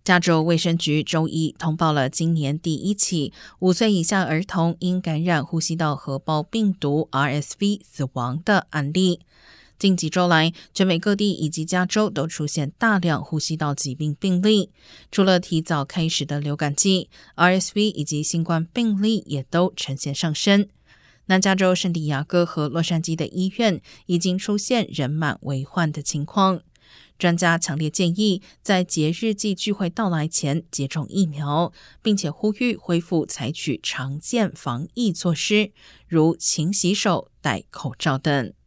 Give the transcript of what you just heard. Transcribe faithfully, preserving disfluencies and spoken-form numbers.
加州卫生局周一通报了今年第一起五岁以下儿童因感染呼吸道合胞病毒 R S V 死亡的案例。近几周来，全美各地以及加州都出现大量呼吸道疾病病例。除了提早开始的流感季， R S V 以及新冠病例也都呈现上升。南加州圣地亚哥和洛杉矶的医院已经出现人满为患的情况。专家强烈建议在节日季聚会到来前接种疫苗，并且呼吁恢复采取常见防疫措施，如勤洗手、戴口罩等。